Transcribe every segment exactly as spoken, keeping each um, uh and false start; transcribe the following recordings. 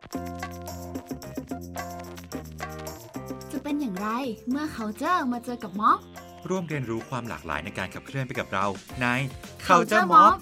จะเป็นอย่างไรเมื่อเขาเจอมาเจอกับม็อบร่วมเรียนรู้ความหลากหลายในการขับเคลื่อนไปกับเราใน Culture Mob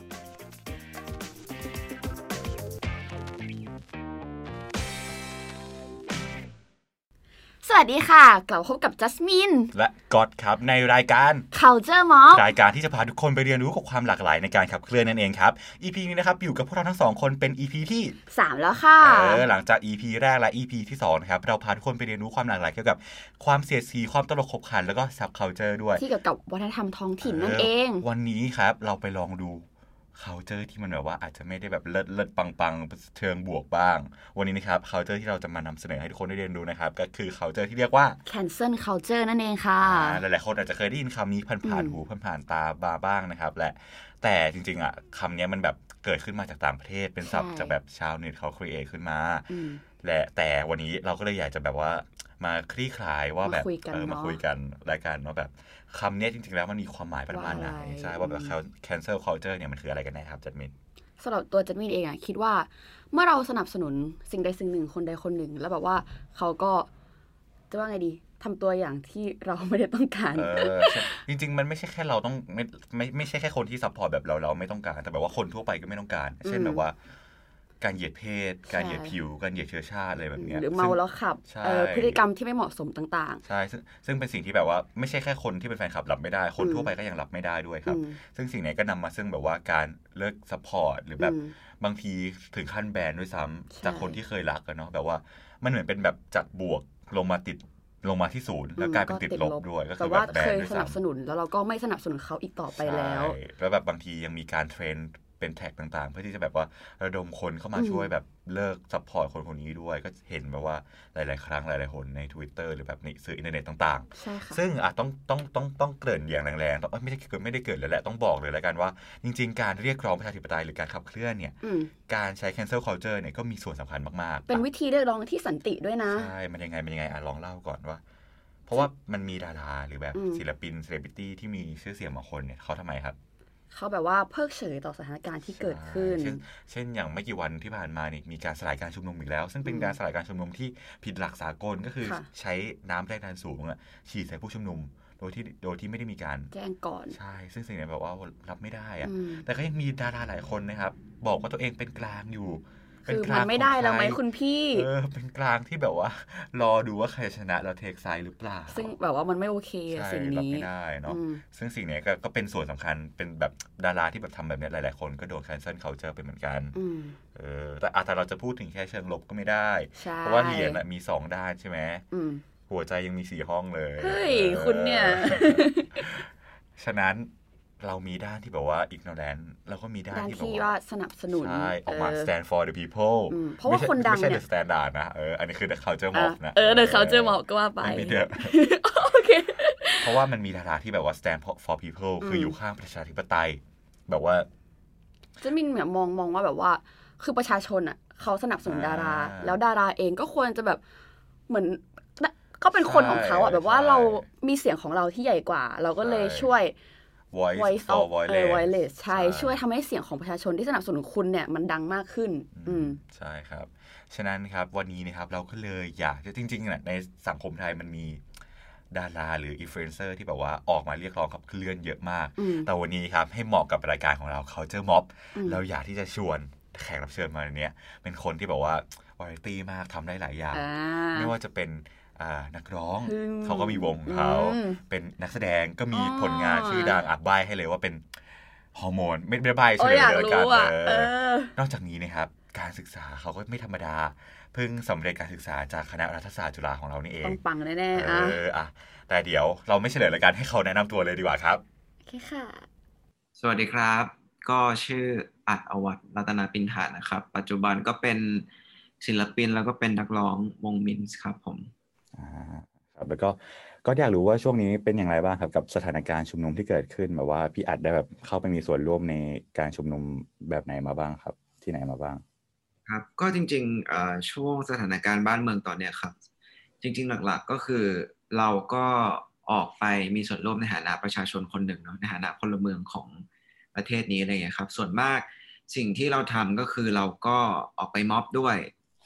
สวัสดีค่ะกลับพบกับจัสมินและก๊อตครับในรายการ Culture Mob รายการที่จะพาทุกคนไปเรียนรู้กับความหลากหลายในการขับเคลื่อนนั่นเองครับ อี พี นี้นะครับอยู่กับพวกเราทั้งสองคนเป็น อี พี ที่สามแล้วค่ะเออหลังจาก อี พี แรกและ อี พี ที่สองนะครับเราพาทุกคนไปเรียนรู้ความหลากหลายเกี่ยวกับความเสียดสีความตลกขบขันแล้วก็ Subculture ด้วยที่เกี่ยวกับวัฒนธรรมท้องถิ่นนั่นเองวันนี้ครับเราไปลองดูculture ที่มันแบบว่าอาจจะไม่ได้แบบเลิศเลิศปังๆเชิงบวกบ้างวันนี้นะครับ culture ที่เราจะมานำเสนอให้ทุกคนได้เรียนรู้นะครับก็คือ culture ที่เรียกว่า cancel culture นั่นเองค่ะหลายๆคนอาจจะเคยได้ยินคำนี้ผ่านๆหูผ่านๆตาบาบ้างนะครับและแต่จริงๆอ่ะคำนี้มันแบบเกิดขึ้นมาจากต่างประเทศเป็นศัพท์จากแบบชาวเน็ตเขา create ขึ้นมาและแต่วันนี้เราก็เลยอยากจะแบบว่ามาคลี่คลายว่าแบบเออมาคุยกันรายการว่าแบบคำนี้จริงๆแล้วมันมีความหมายประมาณไหนใช่ว่าแบบ cancel culture เนี่ยมันคืออะไรกันแน่ครับจัดมินสำหรับตัวจัดมินเองอ่ะคิดว่าเมื่อเราสนับสนุนสิ่งใดสิ่งหนึ่งคนใดคนหนึ่งแล้วแบบว่าเขาก็จะว่าไงดีทำตัวอย่างที่เราไม่ได้ต้องการเออจริงๆมันไม่ใช่แค่เราต้องไม่ไม่ไม่ใช่แค่คนที่ซัพพอร์ตแบบเราเราไม่ต้องการแต่แบบว่าคนทั่วไปก็ไม่ต้องการเช่นแบบว่าการเหยียดเพศการเหยียดผิวการเหยียดเชื้อชาติอะไรแบบนี้หรือเมาแล้วขับพฤติกรรมที่ไม่เหมาะสมต่างๆใช่ซึ่งซึ่งเป็นสิ่งที่แบบว่าไม่ใช่แค่คนที่เป็นแฟนคลับรับไม่ได้คนทั่วไปก็ยังรับไม่ได้ด้วยครับซึ่งสิ่งนี้ก็นำมาซึ่งแบบว่าการเลิกซัพพอร์ตหรือแบบบางทีถึงขั้นแบนด้วยซ้ำจากคนที่เคยรักกันเนาะแบบว่ามันเหมือนเป็นแบบจากบวกลงมาติดลงมาที่ศูนย์แล้วกลายเป็นติดลบด้วยก็คือแบบแบนด้วยซ้ำเคยสนับสนุนแล้วเราก็ไม่สนับสนุนเขาอีกต่อไปแล้วแล้วแบบบางทียังมีการเทรนเป็นแท็กต่างๆเพื่อที่จะแบบว่าระดมคนเข้ามาช่วยแบบเลิกซัพพอร์ตคนคนนี้ด้วยก็เห็นแบบว่าหลายๆครั้งหลายๆคนใน Twitter หรือแบบในสื่ออินเทอร์เน็ตต่างๆซึ่งอ่ะต้องต้องต้องต้องเกริ่นอย่างแรงๆต้องไม่ได้เกิดไม่ได้เกิดเลยแหละต้องบอกเลยแล้วกันว่าจริงๆการเรียกร้องประชาธิปไตยหรือการขับเคลื่อนเนี่ยการใช้ cancel culture เนี่ยก็มีส่วนสำคัญมากๆเป็นวิธีเรียกร้องที่สันติด้วยนะใช่มันยังไงมันยังไงอ่ะลองเล่าก่อนว่าเพราะว่ามันมีดาราหรือแบบศิลปินเซเลบริตี้ที่มีชื่อเสียงบางคนเนี่ยเขาทำไมครับเขาแบบว่าเพิกเฉยต่อสถานการณ์ที่เกิดขึ้นเช่นเช่นอย่างไม่กี่วันที่ผ่านมานี่มีการสลายการชุมนุมอีกแล้วซึ่งเป็นการสลายการชุมนุมที่ผิดหลักสากลก็คือใช้น้ำแรงดันสูงฉีดใส่ผู้ชุมนุมโดยที่โดยที่ไม่ได้มีการแจ้งก่อนใช่ซึ่งสิ่งนี้แบบว่ารับไม่ได้อะแต่ก็ยังมีดาราหลายคนนะครับบอกว่าตัวเองเป็นกลางอยู่คือมันไม่ได้แล้วไหมคุณพี่เออเป็นกลางที่แบบว่ารอดูว่าใครชนะเราเทคไซด์หรือเปล่าซึ่งแบบว่ามันไม่โอเคสิ่งนี้รับไม่ได้เนาะซึ่งสิ่งนี้ก็เป็นส่วนสำคัญเป็นแบบดาราที่แบบทำแบบนี้หลายๆคนก็โดน cancel culture ไปเหมือนกันเออแต่อาจจะเราจะพูดถึงแค่เชิงลบก็ไม่ได้เพราะว่าเหรียญมีสองด้านใช่ไหมหัวใจยังมีสี่ห้องเลยเฮ้ยคุณเนี่ยฉะนั้นเรามีด้านที่แบบว่า ignorant แล้วก็มีด้านที่แบบว่าสนับสนุนใช่ออกมา stand for the people เพราะว่าคนดังเนี่ยไม่ใช่ the standard นะเอออันนี้คือ the culture mob นะเออ the culture mob ก็ว่าไปไม่เด้อโอเคเพราะว่ามันมีดาราที่แบบว่า stand for people คืออยู่ข้างประชาธิปไตยแบบว่าจะมีแบบมองมองว่าแบบว่าคือประชาชนอ่ะเขาสนับสนุนดาราแล้วดาราเองก็ควรจะแบบเหมือนก็เป็นคนของเขาอ่ะแบบว่าเรามีเสียงของเราที่ใหญ่กว่าเราก็เลยช่วย voice for voiceless ใช่ช่วยทำให้เสียงของประชาชนที่สนับสนุนคุณเนี่ยมันดังมากขึ้นอืมใช่ครับฉะนั้นครับวันนี้นะครับเราก็เลยอยากจะจริงๆในสังคมไทยมันมีดาราหรืออินฟลูเอนเซอร์ที่แบบว่าออกมาเรียกร้องขับเคลื่อนเยอะมากแต่วันนี้ครับให้เหมาะกับรายการของเรา Culture Mob เราอยากที่จะชวนแขกรับเชิญมาในนี้เป็นคนที่แบบว่าวาไรตี้มากทำได้หลายอย่างไม่ว่าจะเป็นนักร้องเขาก็มีวงเขาเป็นนักแสดงก็มีผลงานชื่อดังอักใบให้เลยว่าเป็นฮอร์โมนไม่ได้ใบเฉลยเลยกันนอกจากนี้นะครับการศึกษาเขาก็ไม่ธรรมดาเพิ่งสำเร็จการศึกษาจากคณะรัฐศาสตร์จุฬาของเรานี่เองปังๆแน่ๆอ่ะเอออ่ะแต่เดี๋ยวเราไม่เฉลยเลยกันให้เขาแนะนำตัวเลยดีกว่าครับโอเคค่ะสวัสดีครับก็ชื่ออัดอวัตรัตนาปินฐานนะครับปัจจุบันก็เป็นศิลปินแล้วก็เป็นนักร้องวงมินส์ครับผมอ่าครับแล้วก็ก็อยากรู้ว่าช่วงนี้เป็นอย่างไรบ้างครับกับสถานการณ์ชุมนุมที่เกิดขึ้นแบบว่าพี่อัดได้แบบเข้าไปมีส่วนร่วมในการชุมนุมแบบไหนมาบ้างครับที่ไหนมาบ้างครับก็จริงๆช่วงสถานการณ์บ้านเมืองตอนเนี้ยครับจริงๆหลักๆก็คือเราก็ออกไปมีส่วนร่วมในฐานะประชาชนคนหนึ่งเนาะในฐานะพลเมืองของประเทศนี้อะไรอย่างเงี้ยครับส่วนมากสิ่งที่เราทำก็คือเราก็ออกไปม็อบด้วย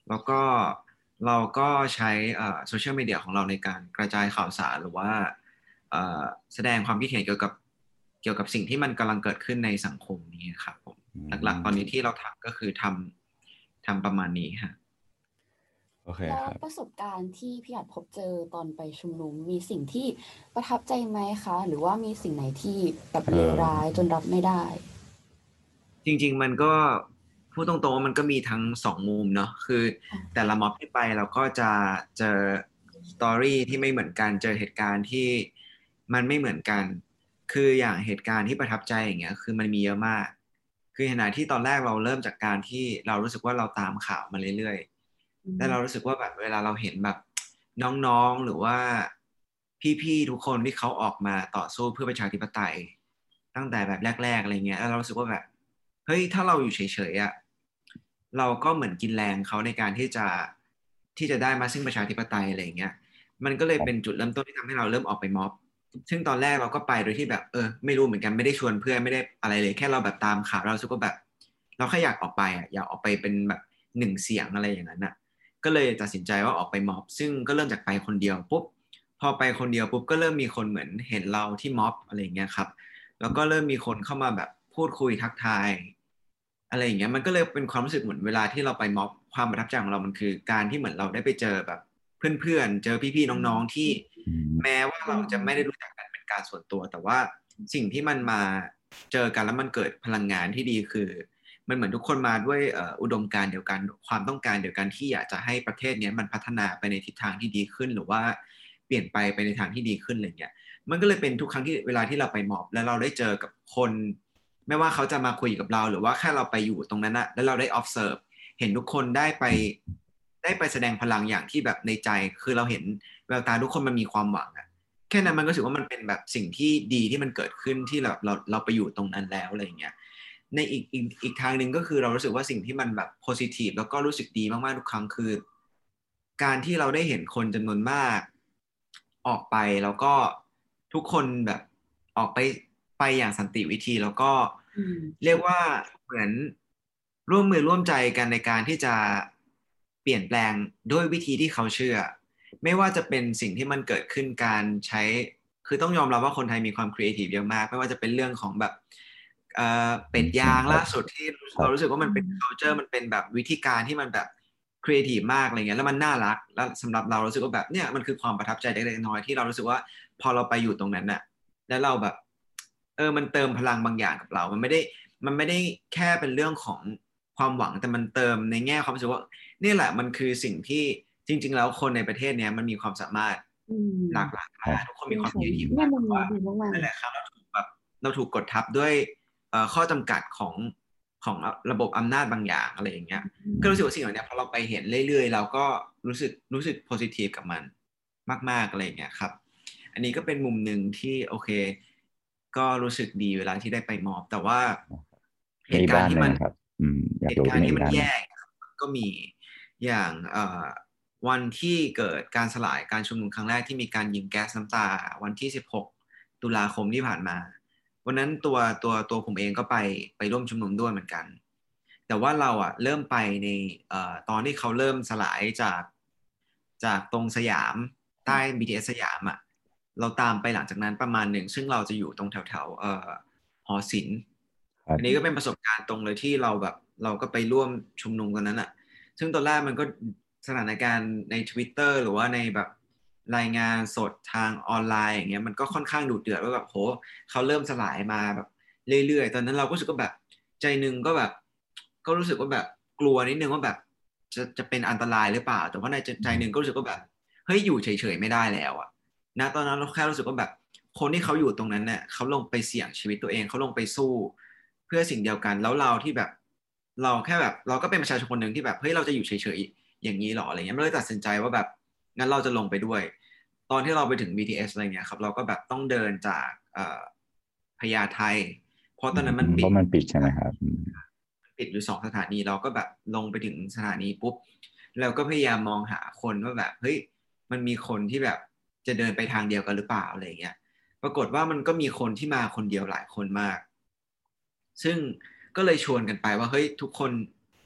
แล้วก็เราก็ใช้โซเชียลมีเดียของเราในการกระจายข่าวสารหรือว่าแสดงความคิดเห็นเกี่ยวกับเกี่ยวกับสิ่งที่มันกำลังเกิดขึ้นในสังคมนี้ครับผมหลักๆตอนนี้ที่เราทำก็คือทำทำประมาณนี้ฮะโอเคแล้วครับประสบการณ์ที่พี่อาจพบเจอตอนไปชุมนุมมีสิ่งที่ประทับใจไหมคะหรือว่ามีสิ่งไหนที่แบบเลวร้ายจนรับไม่ได้จริงๆมันก็พูดตรงๆว่ามันก็มีทั้งสองมุมเนาะคือแต่ละม็อบที่ไปเราก็จะเจอสตอรี่ที่ไม่เหมือนกันเจอเหตุการณ์ที่มันไม่เหมือนกันคืออย่างเหตุการณ์ที่ประทับใจอย่างเงี้ยคือมันมีเยอะมากคือขณะที่ตอนแรกเราเริ่มจากการที่เรารู้สึกว่าเราตามข่าวมาเรื่อยๆแล้วเรารู้สึกว่าแบบเวลาเราเห็นแบบน้องๆหรือว่าพี่ๆทุกคนที่เขาออกมาต่อสู้เพื่อประชาธิปไตยตั้งแต่แบบแรกๆอะไรเงี้ยแล้วเรารู้สึกว่าแบบเฮ้ยถ้าเราอยู่เฉยๆอ่ะเราก็เหมือนกินแรงเขาในการที่จะที่จะได้มาซึ่งประชาธิปไตยอะไรเงี้ยมันก็เลยเป็นจุดเริ่มต้นที่ทำให้เราเริ่มออกไปม็อบซึ่งตอนแรกเราก็ไปโดยที่แบบเออไม่รู้เหมือนกันไม่ได้ชวนเพื่อนไม่ได้อะไรเลยแค่เราแบบตามข่าวเรารู้สึกว่าแบบเราแค่อยากออกไปอ่ะอยากออกไปเป็นแบบหนึ่งเสียงอะไรอย่างนั้นอ่ะก็เลยตัดสินใจว่าออกไปม็อบซึ่งก็เริ่มจากไปคนเดียวปุ๊บพอไปคนเดียวปุ๊บก็เริ่มมีคนเหมือนเห็นเราที่ม็อบอะไรเงี้ยครับแล้วก็เริ่มมีคนเข้ามาแบบพูดคุยทักทายอะไรอย่างเงี้ยมันก็เลยเป็นความรู้สึกเหมือนเวลาที่เราไปม็อบความประทับใจของเรามันคือการที่เหมือนเราได้ไปเจอแบบเพื่อนๆเจอพี่ๆน้องๆที่แม้ว่าเราจะไม่ได้รู้จักกันเป็นการส่วนตัวแต่ว่าสิ่งที่มันมาเจอกันแล้วมันเกิดพลังงานที่ดีคือมันเหมือนทุกคนมาด้วยอุดมการณ์เดียวกันความต้องการเดียวกันที่อยากจะให้ประเทศนี้มันพัฒนาไปในทิศทางที่ดีขึ้นหรือว่าเปลี่ยนไปไปในทางที่ดีขึ้นอะไรเงี้ยมันก็เลยเป็นทุกครั้งที่เวลาที่เราไปม็อบแล้วเราได้เจอกับคนไม่ว่าเขาจะมาคุยกับเราหรือว่าแค่เราไปอยู่ตรงนั้นนะแล้วเราได้ observe เห็นทุกคนได้ไปได้ไปแสดงพลังอย่างที่แบบในใจคือเราเห็นแววตาทุกคนมันมีความหวังอะแค่นั้นมันก็ถือว่ามันเป็นแบบสิ่งที่ดีที่มันเกิดขึ้นที่เราเราเราไปอยู่ตรงนั้นแล้วอะไรอย่างเงี้ยในอีกอีกอีกทางหนึ่งก็คือเรารู้สึกว่าสิ่งที่มันแบบ positive แล้วก็รู้สึกดีมากๆทุกครั้งคือการที่เราได้เห็นคนจำนวนมากออกไปแล้วก็ทุกคนแบบออกไปไปอย่างสันติวิธีแล้วก็เรียกว่าเหมือนร่วมมือร่วมใจกันในการที่จะเปลี่ยนแปลงด้วยวิธีที่เขาเชื่อไม่ว่าจะเป็นสิ่งที่มันเกิดขึ้นการใช้คือต้องยอมรับว่าคนไทยมีความครีเอทีฟเยอะมากไม่ว่าจะเป็นเรื่องของแบบเอ่อเป็ดยางล่าสุดที่เรารู้สึกว่ามันเป็น culture มันเป็นแบบวิธีการที่มันแบบครีเอทีฟมากอะไรเงี้ยแล้วมันน่ารักแล้วสำหรับเรารู้สึกว่าแบบเนี่ยมันคือความประทับใจเล็กๆน้อยๆที่เรารู้สึกว่าพอเราไปอยู่ตรงนั้นน่ะแล้วเราแบบเออมันเติมพลังบางอย่างกับเรามันไม่ได้มันไม่ได้แค่เป็นเรื่องของความหวังแต่มันเติมในแง่ความรู้สึกว่านี่แหละมันคือสิ่งที่จริงๆแล้วคนในประเทศเนี้ยมันมีความสามารถหลากหลายมากทุกคนมีความครีเอทีฟมากแต่ว่านั่นแหละครับเราถูกแบบเราถูกกดทับด้วยข้อจำกัดของของระบบอำนาจบางอย่างอะไรอย่างเงี้ยก็รู้สึกว่าสิ่งเหล่านี้พอเราไปเห็นเรื่อยๆเราก็รู้สึกรู้สึกโพซิทีฟกับมันมากๆอะไรอย่างเงี้ยครับอันนี้ก็เป็นมุมหนึ่งที่โอเคก็รู้สึกดีเวลาที่ได้ไปมอบแต่ว่าเหตุการณ์ที่มันเหตุการณ์ที่มันแย่ก็มีอย่างวันที่เกิดการสลายการชุมนุมครั้งแรกที่มีการยิงแก๊สน้ำตาวันที่สิบหกตุลาคมที่ผ่านมาวันนั้นตัวตัวตัวผมเองก็ไปไปร่วมชุมนุมด้วยเหมือนกันแต่ว่าเราอ่ะเริ่มไปในตอนที่เขาเริ่มสลายจากจากตรงสยามใต้ บี ที เอส สยามอ่ะเราตามไปหลังจากนั้นประมาณหนึ่งซึ่งเราจะอยู่ตรงแถวแถวหอศิลป์อันนี้ก็เป็นประสบการณ์ตรงเลยที่เราแบบเราก็ไปร่วมชุมนุมกันนั้นอ่ะซึ่งตอนแรกมันก็สถานการณ์ใน Twitter หรือว่าในแบบรายงานสดทางออนไลน์อย่างเงี้ยมันก็ค่อนข้างดุเดือดว่าแบบโหเขาเริ่มสลายมาแบบเรื่อยๆตอนนั้นเราก็รู้สึกว่าแบบใจหนึ่งก็แบบก็รู้สึกว่าแบบกลัวนิดนึงว่าแบบจะจะเป็นอันตรายหรือเปล่าแต่ว่าในใจหนึ่งก็รู้สึกว่าแบบเฮ้ยอยู่เฉยๆไม่ได้แล้วอะนะตอนนั้นเราแค่รู้สึกว่าแบบคนที่เขาอยู่ตรงนั้นเนี่ยเขาลงไปเสี่ยงชีวิตตัวเองเขาลงไปสู้เพื่อสิ่งเดียวกันแล้วเราที่แบบเราแค่แบบเราก็เป็นประชาชนคนหนึ่งที่แบบเฮ้ยเราจะอยู่เฉยๆอย่างนี้หรออะไรเงี้ยไม่เลยตัดสินใจว่าแบบงั้นเราจะลงไปด้วยตอนที่เราไปถึง บี ที เอส อะไรเงี้ยครับเราก็แบบต้องเดินจากพญาไทเพราะตอนนั้นมันปิดเพราะมันปิดใช่ไหมครับปิดอยู่สองสถานีเราก็แบบลงไปถึงสถานีปุ๊บเราก็พยายามมองหาคนว่าแบบเฮ้ยมันมีคนที่แบบจะเดินไปทางเดียวกันหรือเปล่าอะไรเงี้ยปรากฏว่ามันก็มีคนที่มาคนเดียวหลายคนมากซึ่งก็เลยชวนกันไปว่าเฮ้ยทุกคน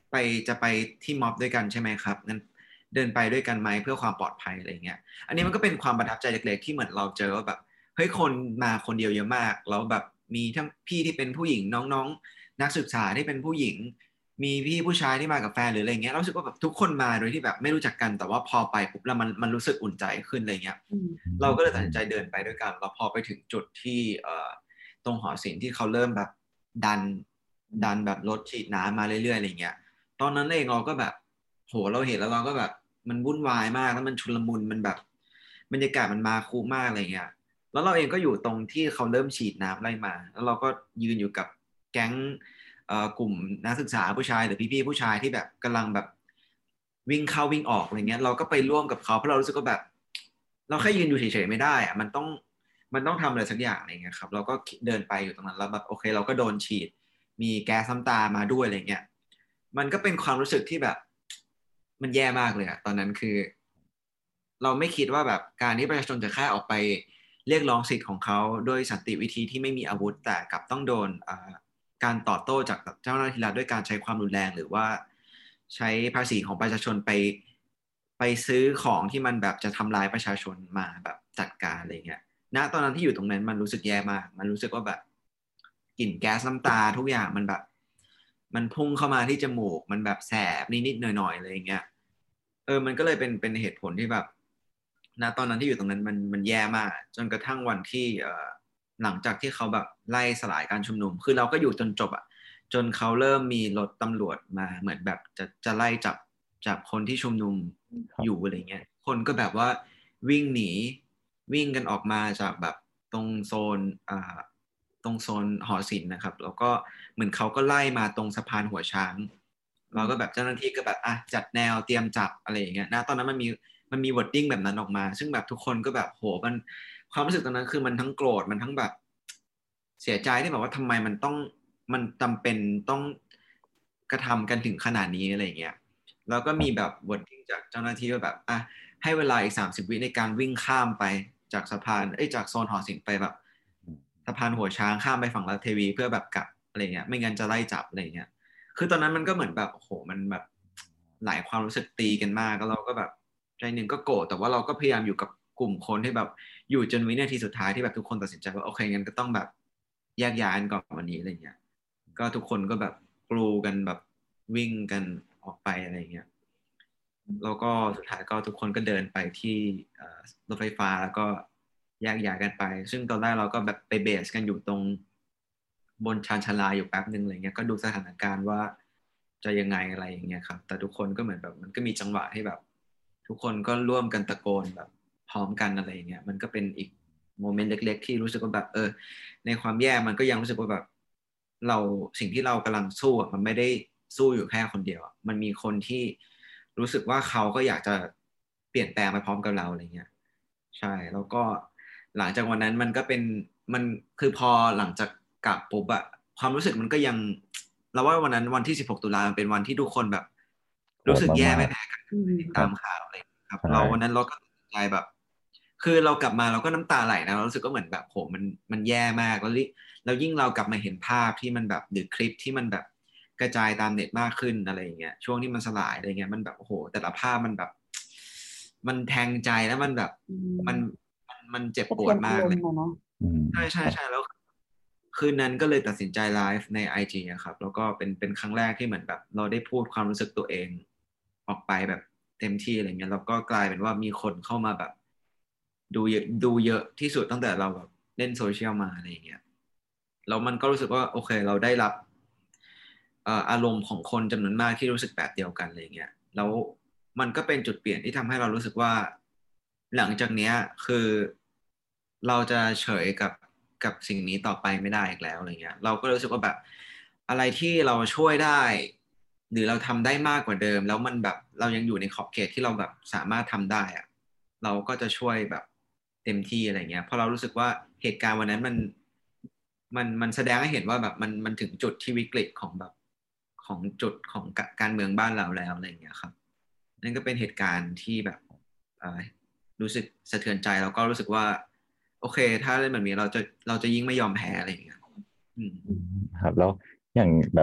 ไปจะไปที่ม็อบด้วยกันใช่ไหมครับงั้นเดินไปด้วยกันไหมเพื่อความปลอดภัยอะไรเงี้ยอันนี้มันก็เป็นความประทับใจเล็กๆที่เหมือนเราเจอว่าแบบเฮ้ยคนมาคนเดียวเยอะมากแล้วแบบมีทั้งพี่ที่เป็นผู้หญิงน้องๆนักศึกษาที่เป็นผู้หญิงมีพี่ผู้ชายที่มากับแฟนหรืออะไรเงี้ยเรารู้สึกว่าแบบทุกคนมาโดยที่แบบไม่รู้จักกันแต่ว่าพอไปปุ๊บแล้วมันมันรู้สึกอุ่นใจขึ้นอะไรเงี้ยเราก็เลยตัดสินใจเดินไปด้วยกันแล้วพอไปถึงจุดที่เอ่อตรงหอศิลป์ที่เขาเริ่มแบบดันดันแบบรถฉีดน้ำมาเรื่อยๆอะไรเงี้ยตอนนั้นเองเราก็แบบโหเราเห็นแล้วเราก็แบบมันวุ่นวายมากแล้วมันชุลมุนมันแบบบรรยากาศมันมาคุมากอะไรเงี้ยแล้วเราเองก็อยู่ตรงที่เขาเริ่มฉีดน้ำไล่มาแล้วเราก็ยืนอยู่กับแก๊งเอ่อกลุ่มนักศึกษาผู้ชายหรือพี่ๆผู้ชายที่แบบกำลังแบบวิ่งเข้าวิ่งออกอะไรเงี้ยเราก็ไปร่วมกับเขาเพราะเรารู้สึกว่าแบบเราแค่ยืนอยู่เฉยๆไม่ได้อะมันต้องมันต้องทำอะไรสักอย่างอะไรเงี้ยครับเราก็เดินไปอยู่ตรงนั้นแล้วแบบโอเคเราก็โดนฉีดมีแก๊สน้ำตามาด้วยอะไรเงี้ยมันก็เป็นความรู้สึกที่แบบมันแย่มากเลยอะตอนนั้นคือเราไม่คิดว่าแบบการที่ประชาชนจะแค่ออกไปเรียกร้องสิทธิ์ของเขาด้วยสันติวิธีที่ไม่มีอาวุธแต่กลับต้องโดนอ่าการตอบโต้จากเจ้าหน้าที่รัฐด้วยการใช้ความรุนแรงหรือว่าใช้ภาษีของประชาชนไปไปซื้อของที่มันแบบจะทำลายประชาชนมาแบบจัดการอะไรเงี้ยณตอนนั้นที่อยู่ตรงนั้นมันรู้สึกแย่มากมันรู้สึกว่าแบบกลิ่นแก๊สน้ำตาทุกอย่างมันแบบมันพุ่งเข้ามาที่จมูกมันแบบแสบนิดๆหน่อยๆอะไรเงี้ย เออมันก็เลยเป็นเป็นเหตุผลที่แบบณตอนนั้นที่อยู่ตรงนั้นมันมันแย่มากจนกระทั่งวันที่เอ่อหลังจากที่เขาแบบไล่สลายการชุมนุมคือเราก็อยู่จนจบอ่ะจนเขาเริ่มมีรถตำรวจมาเหมือนแบบจะจะไล่จับจับคนที่ชุมนุมอยู่อะไรเงี้ยคนก็แบบว่าวิ่งหนีวิ่งกันออกมาจากแบบตรงโซนอ่าตรงโซนหอศิลป์นะครับแล้วก็เหมือนเขาก็ไล่มาตรงสะพานหัวช้าง เราก็แบบเจ้าหน้าที่ก็แบบอ่ะจัดแนวเตรียมจับอะไรอย่างเงี้ยนะตอนนั้นมันมีมันมีวอร์ดดิ้งแบบนั้นออกมาซึ่งแบบทุกคนก็แบบโหมันความรู้สึกตอนนั้นคือมันทั้งโกรธมันทั้งแบบเสียใจที่แบบว่าทำไมมันต้องมันจำเป็นต้องกระทำกันถึงขนาดนี้อะไรอย่างเงี้ยแล้วก็มีแบบวอร์ดดิ้งจากเจ้าหน้าที่ว่าแบบอ่ะให้เวลาอีกสามสิบวิในการวิ่งข้ามไปจากสะพานเอ้ยจากโซนหอศิลป์ไปแบบสะพานหัวช้างข้ามไปฝั่งรัฐเทวีเพื่อแบบกลับอะไรเงี้ยไม่งั้นจะไล่จับอะไรเงี้ย คือตอนนั้นมันก็เหมือนแบบโอ้โหมันแบบหลายความรู้สึกตีกันมากแล้วเราก็แบบใจหนึ่งก็โกรธแต่ว่าเราก็พยายามอยู่กับกลุ่มคนที่แบบอยู่จนวินาทีสุดท้ายที่แบบทุกคนตัดสินใจว่าโอเคงั้นก็ต้องแบบแยกย้ายกันก่อนวันนี้อะไรเงี้ยก็ทุกคนก็แบบกรูกันแบบวิ่งกันออกไปอะไรเงี้ยแล้วก็สุดท้ายก็ทุกคนก็เดินไปที่รถไฟฟ้าแล้วก็แยกย้ายกันไปซึ่งตอนแรกเราก็แบบไปเบสกันอยู่ตรงบนชานชาลาอยู่แป๊บนึงอะไรเงี้ยก็ดูสถานการณ์ว่าจะยังไงอะไรอย่างเงี้ยครับแต่ทุกคนก็เหมือนแบบมันก็มีจังหวะที่แบบทุกคนก็ร่วมกันตะโกนแบบพร้อมกันอะไรอย่างเงี้ยมันก็เป็นอีกโมเมนต์เล็กๆที่รู้สึกว่าแบบเออในความแย่มันก็ยังรู้สึกว่าแบบเราสิ่งที่เรากำลังสู้อ่ะมันไม่ได้สู้อยู่แค่คนเดียวอ่ะมันมีคนที่รู้สึกว่าเขาก็อยากจะเปลี่ยนแปลงไปพร้อมกับเราอะไรเงี้ย ใช่แล้วก็หลังจากวันนั้นมันก็เป็นมันคือพอหลังจากกลับปุ๊บอะความรู้สึกมันก็ยังเราว่าวันนั้นวันที่สิบหกตุลามันเป็นวันที่ทุกคนแบบโหดรู้สึกแย่มากไม่แพ้กันติดๆครับตามข่าวอะไรครับใช่เราวันนั้นเราก็ตัดสินใจแบบคือเรากลับมาเราก็น้ำตาไหลนะเรารู้สึกก็เหมือนแบบโหมันมันแย่มากแล้วแล้วยิ่งเรากลับมาเห็นภาพที่มันแบบหรือคลิปที่มันแบบกระจายตามเน็ตมากขึ้นอะไรอย่างเงี้ยช่วงที่มันสลายอะไรเงี้ยมันแบบโอ้โหแต่ละภาพมันแบบมันแทงใจแล้วมันแบบมัน มันมันเจ็บปสะเทือนวดมากเลยอารมณ์อะเนาะอืมใช่ใช่ครับใช่แล้วคืนนั้นก็เลยตัดสินใจไลฟ์ใน ไอ จี อะครับแล้วก็เป็นเป็นครั้งแรกที่เหมือนแบบเราได้พูดความรู้สึกตัวเองออกไปแบบเต็มที่อะไรเงี้ยแล้วก็กลายเป็นว่ามีคนเข้ามาแบบดูเยอะดูเยอะที่สุดตั้งแต่เราแบบเล่นโซเชียลมาอะไรเงี้ยแล้วมันก็รู้สึกว่าโอเคเราได้รับเอ่ออารมณ์ของคนจำนวนมากที่รู้สึกแบบเดียวกันอะไรเงี้ยแล้วมันก็เป็นจุดเปลี่ยนที่ทำให้เรารู้สึกว่าหลังจากเนี้ยคือเราจะเฉยกับกับสิ่งนี้ต่อไปไม่ได้อีกแล้วอะไรเงี้ยเราก็รู้สึกว่าแบบอะไรที่เราช่วยได้หรือเราทำได้มากกว่าเดิมแล้วมันแบบเรายังอยู่ในขอบเขตที่เราแบบสามารถทำได้อะ เราก็จะช่วยแบบเต็มที่อะไรเงี้ยเพราะเรารู้สึกว่าเหตุการณ์วันนั้นมันมันมันแสดงให้เห็นว่าแบบมันมันถึงจุดที่วิกฤตของแบบของจุดของกการเมืองบ้านเราแล้วอะไรเงี้ยครับนั่นก็เป็นเหตุการณ์ที่แบบเอ่อรู้สึกสะเทือนใจแล้วก็รู้สึกว่าโอเคถ้าเล่นแบบนี้เราจะเราจะยิ่งไม่ยอมแพ้อะไรอย่างเงี้ยอืมอืมครับแล้วอย่างแบบ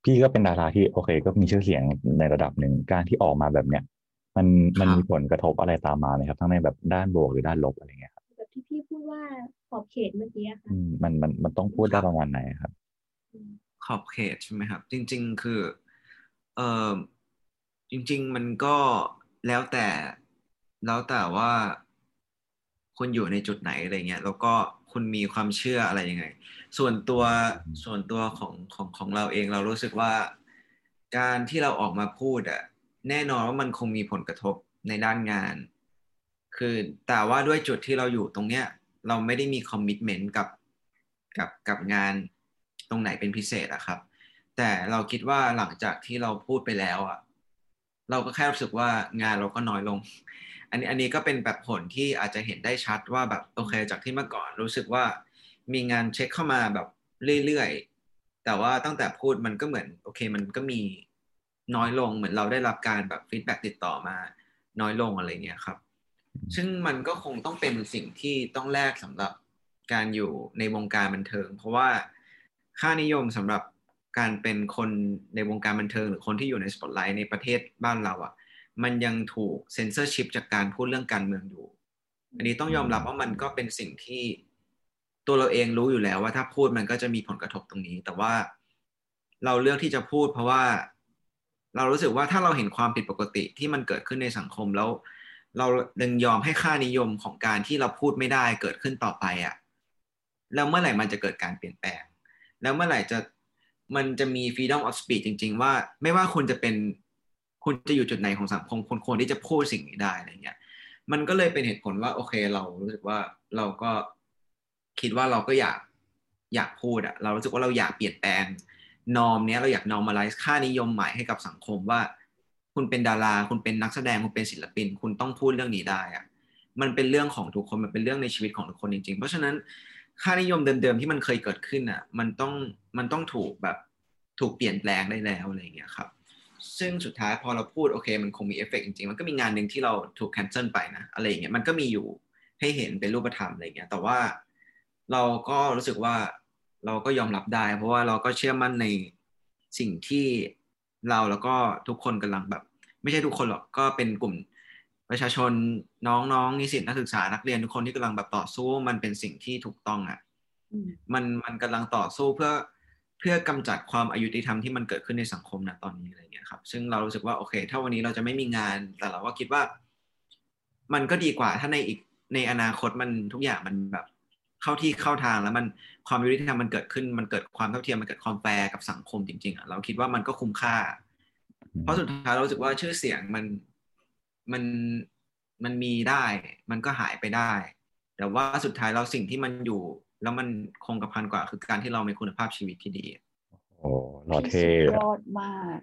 พี่ก็เป็นดาราที่โอเคก็มีชื่อเสียงในระดับหนึ่งการที่ออกมาแบบเนี้ยมันมันมีผลกระทบอะไรตามมาไหมครับทั้งในแบบด้านบวกหรือด้านลบอะไรเงี้ยครับแบบที่พี่พูดว่าขอบเขตเมื่อกี้ค่ะมันมันมันต้องพูดได้ประมาณไหนครับขอบเขตใช่ไหมครับจริงๆคือเออจริงๆมันก็แล้วแต่แล้วแต่ว่าคุณอยู่ในจุดไหนอะไรเงี้ยแล้วก็คุณมีความเชื่ออะไรยังไงส่วนตัวส่วนตัวของของของเราเองเรารู้สึกว่าการที่เราออกมาพูดอะแน่นอนว่ามันคงมีผลกระทบในด้านงานคือแต่ว่าด้วยจุดที่เราอยู่ตรงเนี้ยเราไม่ได้มีคอมมิตเมนต์กับกับกับงานตรงไหนเป็นพิเศษอะครับแต่เราคิดว่าหลังจากที่เราพูดไปแล้วอะเราก็แค่รู้สึกว่างานเราก็น้อยลงอันนี้อันนี้ก็เป็นแบบผลที่อาจจะเห็นได้ชัดว่าแบบโอเคจากที่เมื่อก่อนรู้สึกว่ามีงานเช็คเข้ามาแบบเรื่อยๆแต่ว่าตั้งแต่พูดมันก็เหมือนโอเคมันก็มีน้อยลงเหมือนเราได้รับการแบบฟีดแบ็กติดต่อมาน้อยลงอะไรเงี้ยครับซึ่งมันก็คงต้องเป็นสิ่งที่ต้องแลกสำหรับการอยู่ในวงการบันเทิงเพราะว่าค่านิยมสำหรับการเป็นคนในวงการบันเทิงหรือคนที่อยู่ในสปอตไลท์ในประเทศบ้านเราอ่ะมันยังถูกเซ็นเซอร์ชิพจากการพูดเรื่องการเมืองอยู่อันนี้ต้องยอมรับว่ามันก็เป็นสิ่งที่ตัวเราเองรู้อยู่แล้วว่าถ้าพูดมันก็จะมีผลกระทบตรงนี้แต่ว่าเราเลือกที่จะพูดเพราะว่าเรารู้สึกว่าถ้าเราเห็นความผิดปกติที่มันเกิดขึ้นในสังคมแล้วเราดึงยอมให้ค่านิยมของการที่เราพูดไม่ได้เกิดขึ้นต่อไปอ่ะแล้วเมื่อไหร่มันจะเกิดการเปลี่ยนแปลงแล้วเมื่อไหร่จะมันจะมี freedom of speech จริงๆว่าไม่ว่าคุณจะเป็นคุณจะอยู่จุดไหนของสังคมคุณควรที่จะพูดสิ่งนี้ได้อะไรเงี้ยมันก็เลยเป็นเหตุผลว่าโอเคเรารู้สึกว่าเราก็คิดว่าเราก็อยากอยากพูดอะเรารู้สึกว่าเราอยากเปลี่ยนแปลงนอมเนี้ยเราอยาก normalize ค่านิยมใหม่ให้กับสังคมว่าคุณเป็นดาราคุณเป็นนักแสดงคุณเป็นศิลปินคุณต้องพูดเรื่องนี้ได้อะมันเป็นเรื่องของทุกคนมันเป็นเรื่องในชีวิตของทุกคนจริงๆเพราะฉะนั้นค่านิยมเดิมๆที่มันเคยเกิดขึ้นอ่ะมันต้องมันต้องถูกแบบถูกเปลี่ยนแปลงได้แล้วอะไรอย่างเงี้ยครับซึ่งสุดท้ายพอเราพูดโอเคมันคงมีเอฟเฟกต์จริงๆมันก็มีงานหนึ่งที่เราถูกแคนเซิลไปนะอะไรอย่างเงี้ยมันก็มีอยู่ให้เห็นเป็นรูปธรรมอะไรอย่างเงี้ยแต่ว่าเราก็รู้สึกว่าเราก็ยอมรับได้เพราะว่าเราก็เชื่อมั่นในสิ่งที่เราแล้วก็ทุกคนกำลังแบบไม่ใช่ทุกคนหรอกก็เป็นกลุ่มประชาชนน้องๆนิสิตนักศึกษานักเรียนทุกคนที่กำลังแบบต่อสู้มันเป็นสิ่งที่ถูกต้องอ่ะมันมันกำลังต่อสู้เพื่อเพื่อกำจัดความอายุติธรรมที่มันเกิดขึ้นในสังคมนะตอนนี้อะไรเงี้ยครับซึ่งเรารู้สึกว่าโอเคถ้าวันนี้เราจะไม่มีงานแต่เราก็คิดว่ามันก็ดีกว่าถ้าในอีกในอนาคตมันทุกอย่างมันแบบเข้าที่เข้าทางแล้วมันความยุติธรรมมันเกิดขึ้นมันเกิดความเท่าเทียมมันเกิดความแฟร์กับสังคมจริงๆอ่ะเราคิดว่ามันก็คุ้มค่าเพราะสุดท้ายเรารู้สึกว่าชื่อเสียงมันมันมันมีได้มันก็หายไปได้แต่ว่าสุดท้ายเราสิ่งที่มันอยู่แล้วมันคงกระพันกว่าคือการที่เรามีคุณภาพชีวิตที่ดีโอ้หล่อเท่ยอดมาก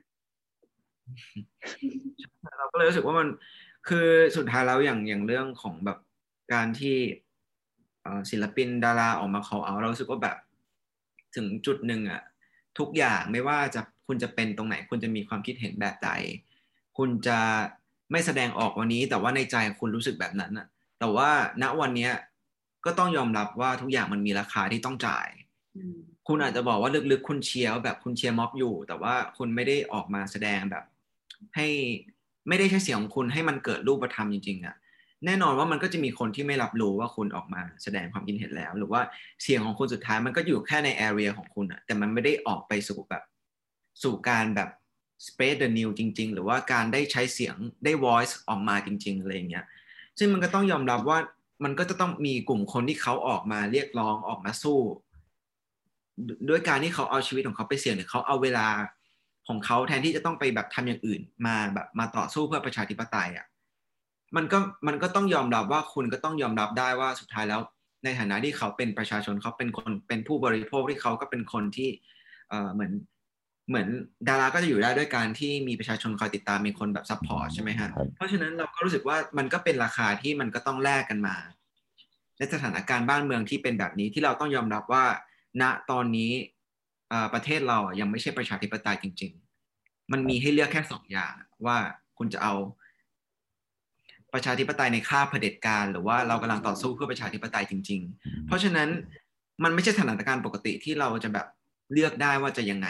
เราก็เลยรู้สึกว่ามันคือสุดท้ายแล้วอย่างอย่างเรื่องของแบบการที่ศิลปินดาราออกมา call out เรารู้สึกว่าแบบถึงจุดหนึ่งอะทุกอย่างไม่ว่าจะคุณจะเป็นตรงไหนคุณจะมีความคิดเห็นแบบใดคุณจะไม่แสดงออกวันนี้แต่ว่าในใจคุณรู้สึกแบบนั้นอะแต่ว่าณวันนี้ก็ต้องยอมรับว่าทุกอย่างมันมีราคาที่ต้องจ่ายคุณอาจจะบอกว่าลึกๆคุณเชียร์แบบคุณเชียร์ม็อบอยู่แต่ว่าคุณไม่ได้ออกมาแสดงแบบให้ไม่ได้ใช้เสียงของคุณให้มันเกิดรูปธรรมจริงๆอะแน่นอนว่ามันก็จะมีคนที่ไม่รับรู้ว่าคุณออกมาแสดงความคิดเห็นแล้วหรือว่าเสียงของคุณสุดท้ายมันก็อยู่แค่ใน area ของคุณอะแต่มันไม่ได้ออกไปสู่แบบสู่การแบบ spread the news จริงๆหรือว่าการได้ใช้เสียงได้ voice ออกมาจริงๆอะไรอย่างเงี้ยซึ่งมันก็ต้องยอมรับว่ามันก็จะต้องมีกลุ่มคนที่เขาออกมาเรียกร้องออกมาสู้ด้วยการที่เขาเอาชีวิตของเขาไปเสี่ยงหรือเขาเอาเวลาของเขาแทนที่จะต้องไปแบบทำอย่างอื่นมาแบบมาต่อสู้เพื่อประชาธิปไตยอ่ะมันก็มันก็ต้องยอมรับว่าคุณก็ต้องยอมรับได้ว่าสุดท้ายแล้วในฐานะที่เขาเป็นประชาชนเขาเป็นคนเป็นผู้บริโภคที่เขาก็เป็นคนที่เอ่อเหมือนเหมือนดาราก็จะอยู่ได้ด้วยการที่มีประชาชนคอยติดตามมีคนแบบซัพพอร์ตใช่ไหมฮะเพราะฉะนั้นเราก็รู้สึกว่ามันก็เป็นราคาที่มันก็ต้องแลกกันมาในสถานการณ์บ้านเมืองที่เป็นแบบนี้ที่เราต้องยอมรับว่าณตอนนี้ประเทศเรายังไม่ใช่ประชาธิปไตยจริงๆมันมีให้เลือกแค่สองอย่างว่าคุณจะเอาประชาธิปไตยในคราบเผด็จการหรือว่าเรากำลังต่อสู้เพื่อประชาธิปไตยจริงๆเพราะฉะนั้นมันไม่ใช่สถานการณ์ปกติที่เราจะแบบเลือกได้ว่าจะยังไงอ่ะ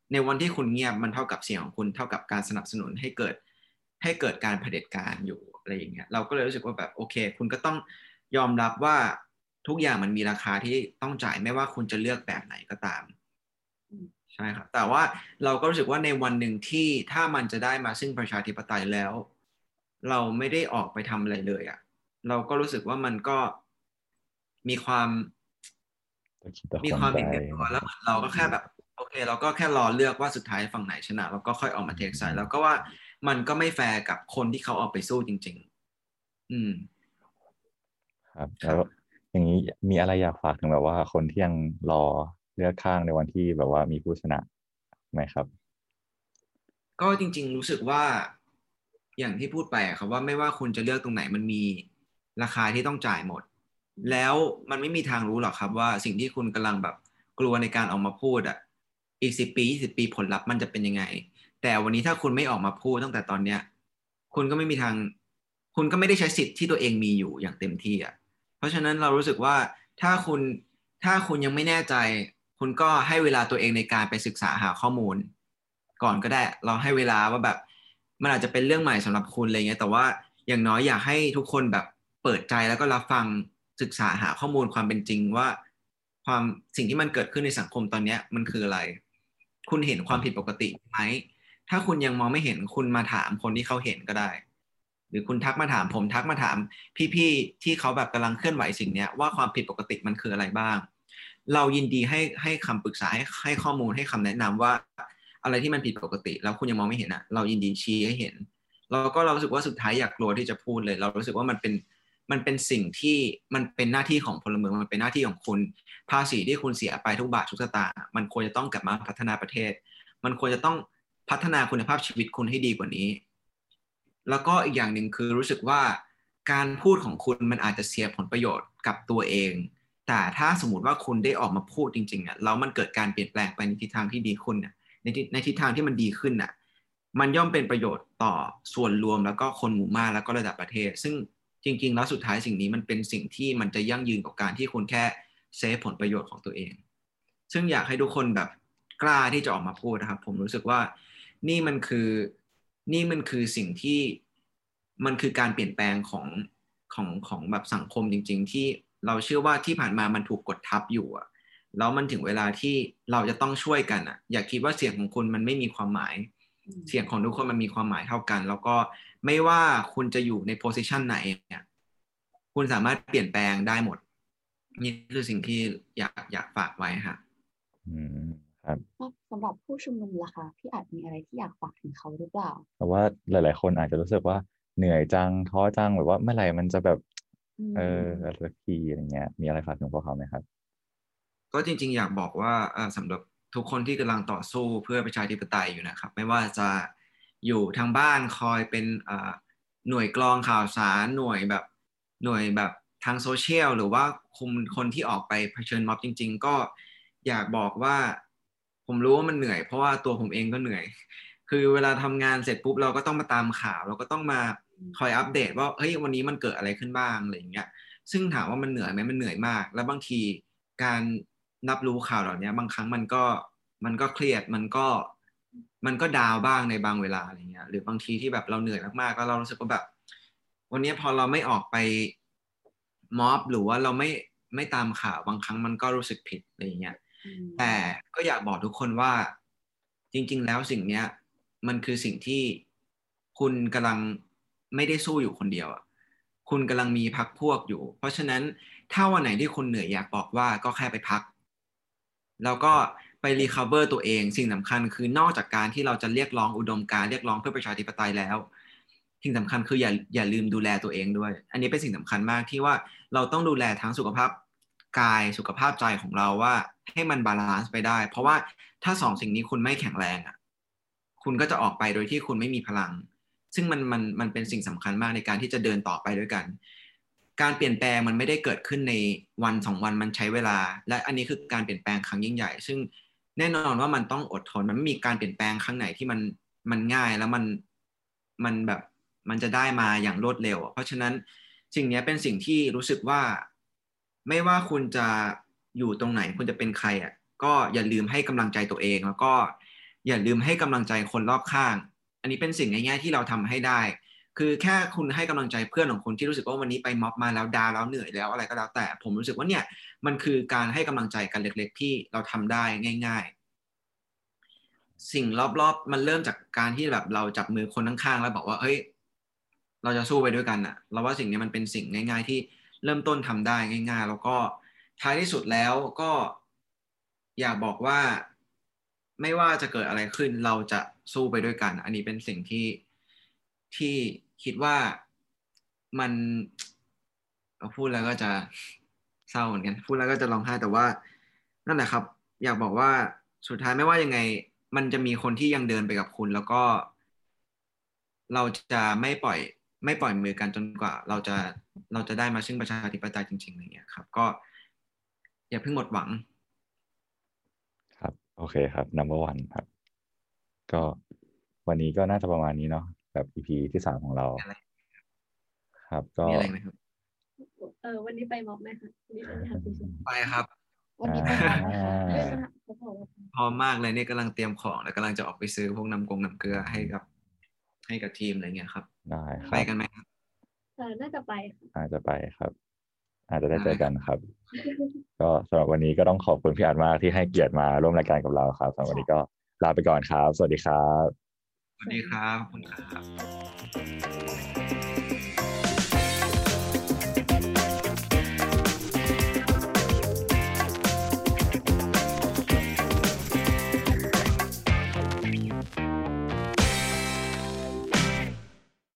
ในวันที่คุณเงียบมันเท่ากับเสียงของคุณเท่ากับการสนับสนุนให้เกิดให้เกิดการเผด็จการอยู่อะไรอย่างเงี้ยเราก็เลยรู้สึกว่าแบบโอเคคุณก็ต้องยอมรับว่าทุกอย่างมันมีราคาที่ต้องจ่ายไม่ว่าคุณจะเลือกแบบไหนก็ตามใช่ครับแต่ว่าเราก็รู้สึกว่าในวันหนึ่งที่ถ้ามันจะได้มาซึ่งประชาธิปไตยแล้ว เราไม่ได้ออกไปทำอะไรเลยอ่ะเราก็รู้สึกว่ามันก็มีความตะคิดตะขมีวงใจความเห็นแก่ตัวแล้วเราก็แค่แบบโอเคเราก็แค่รอเลือกว่าสุดท้ายฝั่งไหนชนะเราก็ค่อยออกมาเทคไซด์แล้วก็ว่ามันก็ไม่แฟร์กับคนที่เขาออกไปสู้จริงๆอืมครับคแล้วรับอย่างนี้มีอะไรอยากฝากถึงแบบว่าคนที่ยังรอเลือกข้างในวันที่แบบว่ามีผู้ชนะไหมครับก็จริงๆรู้สึกว่าอย่างที่พูดไปอะครับว่าไม่ว่าคุณจะเลือกตรงไหนมันมีราคาที่ต้องจ่ายหมดแล้วมันไม่มีทางรู้หรอกครับว่าสิ่งที่คุณกำลังแบบกลัวในการออกมาพูดอ่ะอีกสิบปียี่สิบปีผลลัพธ์มันจะเป็นยังไงแต่วันนี้ถ้าคุณไม่ออกมาพูดตั้งแต่ตอนเนี้ยคุณก็ไม่มีทางคุณก็ไม่ได้ใช้สิทธิ์ที่ตัวเองมีอยู่อย่างเต็มที่อ่ะเพราะฉะนั้นเรารู้สึกว่าถ้าคุณถ้าคุณยังไม่แน่ใจคุณก็ให้เวลาตัวเองในการไปศึกษาหาข้อมูล ก่อนก็ได้เราให้เวลาว่าแบบมันอาจจะเป็นเรื่องใหม่สำหรับคุณอะไรเงี้ยแต่ว่าอย่างน้อยอยากให้ทุกคนแบบเปิดใจแล้วก็รับฟังศึกษาหาข้อมูลความเป็นจริงว่าความสิ่งที่มันเกิดขึ้นในสังคมตอนนี้มันคืออะไรคุณเห็นความผิดปกติไหมถ้าคุณยังมองไม่เห็นคุณมาถามคนที่เขาเห็นก็ได้หรือคุณทักมาถามผมทักมาถามพี่ๆที่เขาแบบกำลังเคลื่อนไหวสิ่งนี้ว่าความผิดปกติมันคืออะไรบ้างเรายินดีให้ให้คำปรึกษาให้ให้ข้อมูลให้คำแนะนำว่า อะไรที่มันผิดปกติแล้วคุณยังมองไม่เห็นอ่ะเรายินดีชี้ให้เห็นแล้วก็เรารู้สึกว่าสุดท้ายอยากกลัวที่จะพูดเลยเรารู้สึกว่ามันเป็นมันเป็นสิ่งที่มันเป็นหน้าที่ของพลเมืองมันเป็นหน้าที่ของคุณภาษีที่คุณเสียไปทุกบาททุกสตางค์มันควรจะต้องกลับมาพัฒนาประเทศมันควรจะต้องพัฒนาคุณภาพชีวิตคุณให้ดีกว่านี้แล้วก็อีกอย่างหนึ่งคือรู้สึกว่าการพูดของคุณมันอาจจะเสียผลประโยชน์กับตัวเองแต่ถ้าสมมติว่าคุณได้ออกมาพูดจริงๆอ่ะแล้วมันเกิดการเปลี่ยนแปลงไปในทิศทางที่ดีขึ้นเนี่ย ในทิศในทิศทางที่มันดีขึ้นน่ะมันย่อมเป็นประโยชน์ต่อส่วนรวมแล้วก็คนหมู่มากแล้วก็ระดับประเทศซึ่งจริงๆแล้วสุดท้ายสิ่งนี้มันเป็นสิ่งที่มันจะยั่งยืนกับการที่คุณแค่เซฟผลประโยชน์ของตัวเองซึ่งอยากให้ทุกคนแบบกล้าที่จะออกมาพูดนะครับผมรู้สึกว่านี่มันคือนี่มันคือสิ่งที่มันคือการเปลี่ยนแปลงของของของแบบสังคมจริงๆที่เราเชื่อว่าที่ผ่านมามันถูกกดทับอยู่อะ แล้วมันถึงเวลาที่เราจะต้องช่วยกันอ่ะอย่าคิดว่าเสียงของคุณมันไม่มีความหมายเสียงของทุกคนมันมีความหมายเท่ากัน แล้วก็ไม่ว่าคุณจะอยู่ในโพสิชันไหนเนี่ยคุณสามารถเปลี่ยนแปลงได้หมดนี่คือสิ่งที่อยากอยากฝากไว้ค่ะอืมครับสำหรับผู้ชุมนุมล่ะคะพี่อาจมีอะไรที่อยากฝากถึงเขาหรือเปล่าแต่ว่าหลายๆคนอาจจะรู้สึกว่าเหนื่อยจังท้อจังแบบว่าเมื่อไหร่มันจะแบบเออสักทีอะไรเงี้ยมีอะไรฝากถึงพวกเขาไหมครับก็จริงๆอยากบอกว่าสำหรับทุกคนที่กำลังต่อสู้เพื่อประชาธิปไตยอยู่นะครับไม่ว่าจะอยู่ทางบ้านคอยเป็นหน่วยกรองข่าวสารหน่วยแบบหน่วยแบบทางโซเชียลหรือว่าคุมคนที่ออกไปเผชิญม็อบจริงๆก็อยากบอกว่าผมรู้ว่ามันเหนื่อยเพราะว่าตัวผมเองก็เหนื่อยคือเวลาทำงานเสร็จปุ๊บเราก็ต้องมาตามข่าวเราก็ต้องมาคอยอัปเดตว่าเฮ้ยวันนี้มันเกิดอะไรขึ้นบ้างอะไรอย่างเงี้ยซึ่งถามว่ามันเหนื่อยไหมมันเหนื่อยมากแล้วบางทีการรับรู้ข่าวเหล่านี้บางครั้งมันก็มันก็เครียดมันก็มันก็ดาวบ้างในบางเวลาอะไรเงี้ยหรือบางทีที่แบบเราเหนื่อยมากๆแล้วเรารู้สึกว่าแบบวันนี้พอเราไม่ออกไปม็อบหรือว่าเราไม่ไม่ตามข่าวบางครั้งมันก็รู้สึกผิดอะไรเงี้ยแต่ก็อยากบอกทุกคนว่าจริงๆแล้วสิ่งเนี้ยมันคือสิ่งที่คุณกำลังไม่ได้สู้อยู่คนเดียวอ่ะคุณกำลังมีพรรคพวกอยู่เพราะฉะนั้นถ้าวันไหนที่คุณเหนื่อยอยากบอกว่าก็แค่ไปพักแล้วก็ไปรีคาเวอร์ตัวเองสิ่งสำคัญคือนอกจากการที่เราจะเรียกร้องอุดมการณ์เรียกร้องเพื่อประชาธิปไตยแล้วสิ่งสำคัญคืออย่าอย่าลืมดูแลตัวเองด้วยอันนี้เป็นสิ่งสำคัญมากที่ว่าเราต้องดูแลทั้งสุขภาพกายสุขภาพใจของเราว่าให้มันบาลานซ์ไปได้เพราะว่าถ้าสองสิ่งนี้คุณไม่แข็งแรงอ่ะคุณก็จะออกไปโดยที่คุณไม่มีพลังซึ่งมันมันมันเป็นสิ่งสำคัญมากในการที่จะเดินต่อไปด้วยกันการเปลี่ยนแปลงมันไม่ได้เกิดขึ้นในวันสองวันมันใช้เวลาและอันนี้คือการเปลี่ยนแปลงครั้งยิ่งใหญ่ซึ่งแน่นอนว่ามันต้องอดทนมันไม่มีการเปลี่ยนแปลงครั้งไหนที่มันมันง่ายแล้วมันมันแบบมันจะได้มาอย่างรวดเร็วเพราะฉะนั้นสิ่งนี้เป็นสิ่งที่รู้สึกว่าไม่ว่าคุณจะอยู่ตรงไหนคุณจะเป็นใครอ่ะก็อย่าลืมให้กำลังใจตัวเองแล้วก็อย่าลืมให้กำลังใจคนรอบข้าง อันนี้เป็นสิ่งง่ายๆที่เราทำให้ได้คือแค่คุณให้กำลังใจเพื่อนของคุณที่รู้สึกว่าวันนี้ไปม็อบมาแล้วดาวแล้วเหนื่อยแล้วอะไรก็แล้วแต่ผมรู้สึกว่าเนี่ยมันคือการให้กำลังใจกันเล็กๆที่เราทำได้ง่ายๆสิ่งรอบๆมันเริ่มจากการที่แบบเราจับมือคนข้างๆแล้วบอกว่าเฮ้ยเราจะสู้ไปด้วยกันอะเราว่าสิ่งนี้มันเป็นสิ่งง่ายๆที่เริ่มต้นทำได้ง่ายๆแล้วก็ท้ายที่สุดแล้วก็อยากบอกว่าไม่ว่าจะเกิดอะไรขึ้นเราจะสู้ไปด้วยกันอันนี้เป็นสิ่งที่ที่คิดว่ามันพูดแล้วก็จะเศร้าเหมือนกันพูดแล้วก็จะร้องไห้แต่ว่านั่นแหละครับอยากบอกว่าสุดท้ายไม่ว่ายังไงมันจะมีคนที่ยังเดินไปกับคุณแล้วก็เราจะไม่ปล่อยไม่ปล่อยมือกันจนกว่าเราจะเราจะได้มาซึ่งประชาธิปไตยจริงๆอะไรเงี้ยครับก็อย่าเพิ่งหมดหวังครับโอเคครับ number one ครับก็วันนี้ก็น่าจะประมาณนี้เนาะแบบ อี พี ที่สามของเราครับก็มีอะไรไหมครับเออวันนี้ไปม็อบไหมคะวันนี้ไปหาพี่ชมไปครับวันนี้ไปม็อบไหมคะพร้อมมากเลยเนี่ยกำลังเตรียมของแล้วกำลังจะออกไปซื้อพวกน้ำกงน้ำเกลือให้กับให้กับทีมอะไรเงี้ยครับได้ครับไปกันไหมครับเออน่าจะไปค่ะอาจจะไปครับ อาจจะได้เจอกันครับ ก็สำหรับวันนี้ก็ต้องขอบคุณพี่อาร์ตมากที่ให้เกียรติมาร่วมรายการกับเราครับสำหรับวันนี้ก็ลาไปก่อนครับสวัสดีครับสวัสดีครับขอบคุณครับ